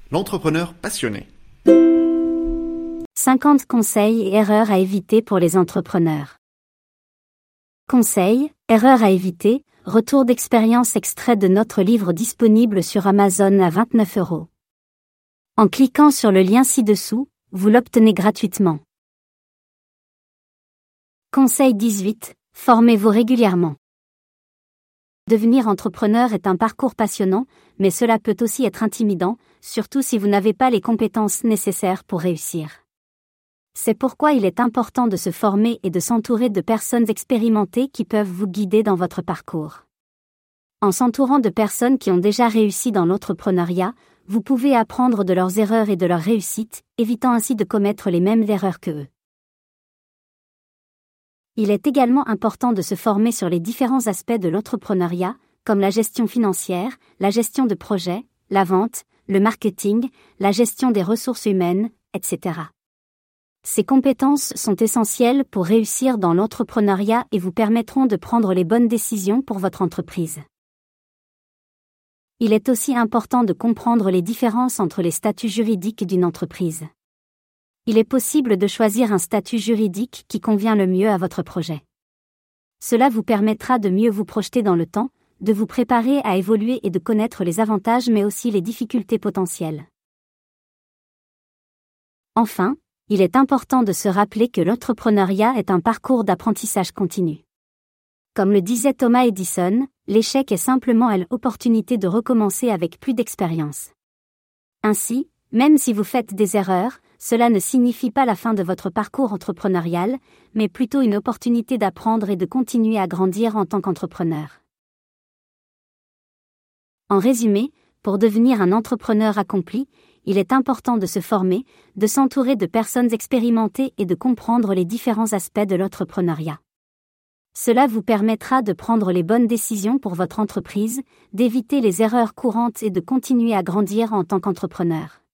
L'entrepreneur passionné. 50 conseils et erreurs à éviter pour les entrepreneurs. Conseils, erreurs à éviter, retour d'expérience extrait de notre livre disponible sur Amazon à 29 €. En cliquant sur le lien ci-dessous, vous l'obtenez gratuitement. Conseil 18, formez-vous régulièrement. Devenir entrepreneur est un parcours passionnant, mais cela peut aussi être intimidant, surtout si vous n'avez pas les compétences nécessaires pour réussir. C'est pourquoi il est important de se former et de s'entourer de personnes expérimentées qui peuvent vous guider dans votre parcours. En s'entourant de personnes qui ont déjà réussi dans l'entrepreneuriat, vous pouvez apprendre de leurs erreurs et de leurs réussites, évitant ainsi de commettre les mêmes erreurs que eux. Il est également important de se former sur les différents aspects de l'entrepreneuriat, comme la gestion financière, la gestion de projet, la vente, le marketing, la gestion des ressources humaines, etc. Ces compétences sont essentielles pour réussir dans l'entrepreneuriat et vous permettront de prendre les bonnes décisions pour votre entreprise. Il est aussi important de comprendre les différences entre les statuts juridiques d'une entreprise. Il est possible de choisir un statut juridique qui convient le mieux à votre projet. Cela vous permettra de mieux vous projeter dans le temps, de vous préparer à évoluer et de connaître les avantages mais aussi les difficultés potentielles. Enfin, il est important de se rappeler que l'entrepreneuriat est un parcours d'apprentissage continu. Comme le disait Thomas Edison, l'échec est simplement l'opportunité de recommencer avec plus d'expérience. Ainsi, même si vous faites des erreurs, cela ne signifie pas la fin de votre parcours entrepreneurial, mais plutôt une opportunité d'apprendre et de continuer à grandir en tant qu'entrepreneur. En résumé, pour devenir un entrepreneur accompli, il est important de se former, de s'entourer de personnes expérimentées et de comprendre les différents aspects de l'entrepreneuriat. Cela vous permettra de prendre les bonnes décisions pour votre entreprise, d'éviter les erreurs courantes et de continuer à grandir en tant qu'entrepreneur.